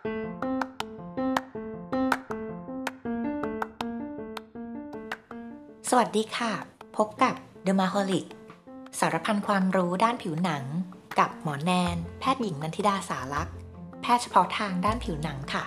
สวัสดีค่ะ พบกับ Dermaholic สารพันความรู้ด้านผิวหนังกับหมอแนนแพทย์หญิงนันทิดาสาลักษณ์แพทย์เฉพาะทางด้านผิวหนังค่ะ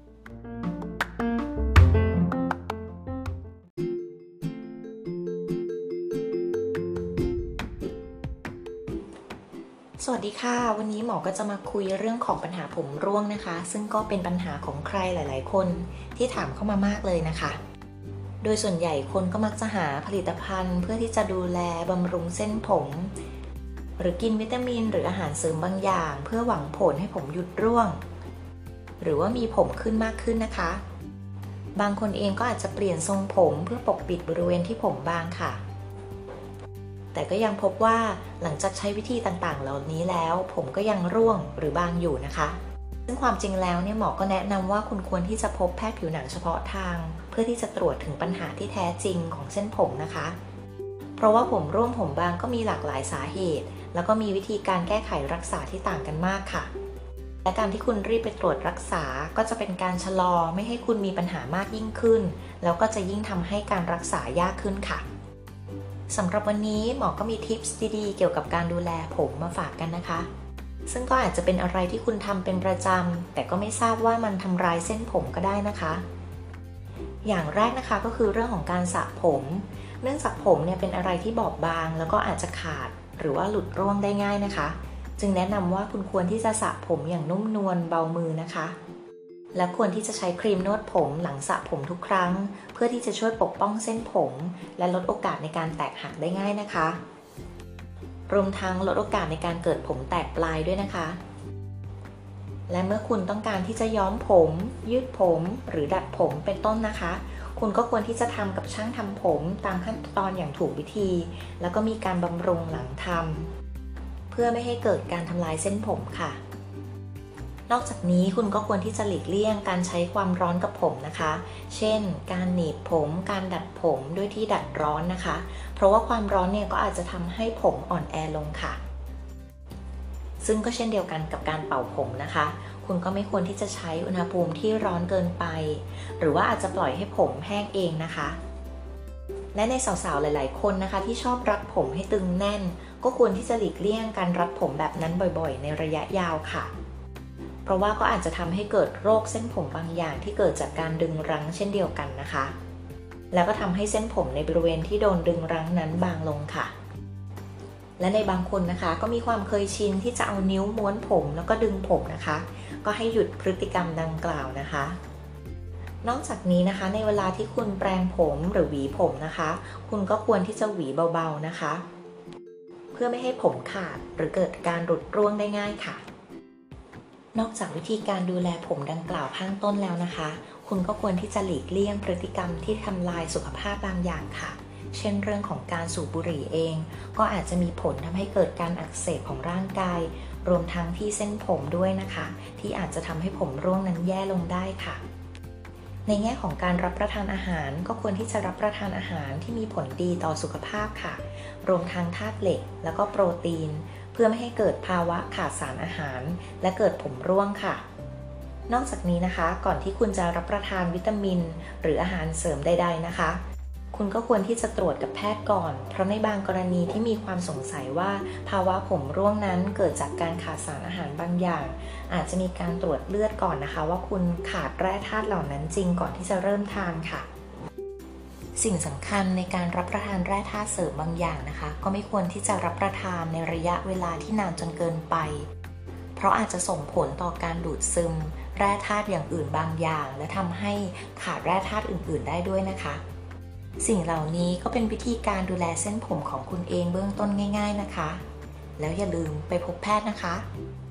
สวัสดีค่ะวันนี้หมอก็จะมาคุยเรื่องของปัญหาผมร่วงนะคะซึ่งก็เป็นปัญหาของใครหลายๆคนที่ถามเข้ามามากเลยนะคะโดยส่วนใหญ่คนก็มักจะหาผลิตภัณฑ์เพื่อที่จะดูแลบำรุงเส้นผมหรือกินวิตามินหรืออาหารเสริมบางอย่างเพื่อหวังผลให้ผมหยุดร่วงหรือว่ามีผมขึ้นมากขึ้นนะคะบางคนเองก็อาจจะเปลี่ยนทรงผมเพื่อปกปิดบริเวณที่ผมบางค่ะแต่ก็ยังพบว่าหลังจากใช้วิธีต่างๆเหล่านี้แล้วผมก็ยังร่วงหรือบางอยู่นะคะซึ่งความจริงแล้วเนี่ยหมอก็แนะนำว่าคุณควรที่จะพบแพทย์ผิวหนังเฉพาะทางเพื่อที่จะตรวจถึงปัญหาที่แท้จริงของเส้นผมนะคะเพราะว่าผมร่วงผมบางก็มีหลากหลายสาเหตุแล้วก็มีวิธีการแก้ไขรักษาที่ต่างกันมากค่ะและการที่คุณรีบไปตรวจรักษาก็จะเป็นการชะลอไม่ให้คุณมีปัญหามากยิ่งขึ้นแล้วก็จะยิ่งทำให้การรักษายากขึ้นค่ะสำหรับวันนี้หมอก็มีทิปส์ดีๆเกี่ยวกับการดูแลผมมาฝากกันนะคะซึ่งก็อาจจะเป็นอะไรที่คุณทำเป็นประจำแต่ก็ไม่ทราบว่ามันทำร้ายเส้นผมก็ได้นะคะอย่างแรกนะคะก็คือเรื่องของการสระผมเนื่องจากผมเนี่ยเป็นอะไรที่บอบบางแล้วก็อาจจะขาดหรือว่าหลุดร่วงได้ง่ายนะคะจึงแนะนำว่าคุณควรที่จะสระผมอย่างนุ่มนวลเบามือนะคะและควรที่จะใช้ครีมนวดผมหลังสระผมทุกครั้งเพื่อที่จะช่วยปกป้องเส้นผมและลดโอกาสในการแตกหักได้ง่ายนะคะรวมทั้งลดโอกาสในการเกิดผมแตกปลายด้วยนะคะและเมื่อคุณต้องการที่จะย้อมผมยืดผมหรือดัดผมเป็นต้นนะคะคุณก็ควรที่จะทำกับช่างทำผมตามขั้นตอนอย่างถูกวิธีแล้วก็มีการบำรุงหลังทำเพื่อไม่ให้เกิดการทำลายเส้นผมค่ะนอกจากนี้คุณก็ควรที่จะหลีกเลี่ยงการใช้ความร้อนกับผมนะคะเช่นการหนีบผมการดัดผมด้วยที่ดัดร้อนนะคะเพราะว่าความร้อนเนี่ยก็อาจจะทำให้ผมอ่อนแอลงค่ะซึ่งก็เช่นเดียวกันกับการเป่าผมนะคะคุณก็ไม่ควรที่จะใช้อุณหภูมิที่ร้อนเกินไปหรือว่าอาจจะปล่อยให้ผมแห้งเองนะคะและในสาวๆหลายๆคนนะคะที่ชอบรัดผมให้ตึงแน่นก็ควรที่จะหลีกเลี่ยงการรัดผมแบบนั้นบ่อยๆในระยะยาวค่ะเพราะว่าก็อาจจะทำให้เกิดโรคเส้นผมบางอย่างที่เกิดจากการดึงรั้งเช่นเดียวกันนะคะแล้วก็ทำให้เส้นผมในบริเวณที่โดนดึงรั้งนั้นบางลงค่ะและในบางคนนะคะก็มีความเคยชินที่จะเอานิ้วม้วนผมแล้วก็ดึงผมนะคะก็ให้หยุดพฤติกรรมดังกล่าวนะคะนอกจากนี้นะคะในเวลาที่คุณแปรงผมหรือหวีผมนะคะคุณก็ควรที่จะหวีเบาๆนะคะเพื่อไม่ให้ผมขาดหรือเกิดการหลุดร่วงได้ง่ายค่ะนอกจากวิธีการดูแลผมดังกล่าวข้างต้นแล้วนะคะคุณก็ควรที่จะหลีกเลี่ยงพฤติกรรมที่ทำลายสุขภาพบางอย่างค่ะเช่นเรื่องของการสูบบุหรี่เองก็อาจจะมีผลทำให้เกิดการอักเสบของร่างกายรวมทั้งที่เส้นผมด้วยนะคะที่อาจจะทำให้ผมร่วงนั้นแย่ลงได้ค่ะในแง่ของการรับประทานอาหารก็ควรที่จะรับประทานอาหารที่มีผลดีต่อสุขภาพค่ะรวมทั้งธาตุเหล็กแล้วก็โปรตีนเพื่อไม่ให้เกิดภาวะขาดสารอาหารและเกิดผมร่วงค่ะนอกจากนี้นะคะก่อนที่คุณจะรับประทานวิตามินหรืออาหารเสริมใดๆนะคะคุณก็ควรที่จะตรวจกับแพทย์ก่อนเพราะในบางกรณีที่มีความสงสัยว่าภาวะผมร่วงนั้นเกิดจากการขาดสารอาหารบางอย่างอาจจะมีการตรวจเลือดก่อนนะคะว่าคุณขาดแร่ธาตุเหล่านั้นจริงก่อนที่จะเริ่มทานค่ะสิ่งสำคัญในการรับประทานแร่ธาตุเสริมบางอย่างนะคะก็ไม่ควรที่จะรับประทานในระยะเวลาที่นานจนเกินไปเพราะอาจจะส่งผลต่อการดูดซึมแร่ธาตุอย่างอื่นบางอย่างและทำให้ขาดแร่ธาตุอื่นๆได้ด้วยนะคะสิ่งเหล่านี้ก็เป็นวิธีการดูแลเส้นผมของคุณเองเบื้องต้นง่ายๆนะคะแล้วอย่าลืมไปพบแพทย์นะคะ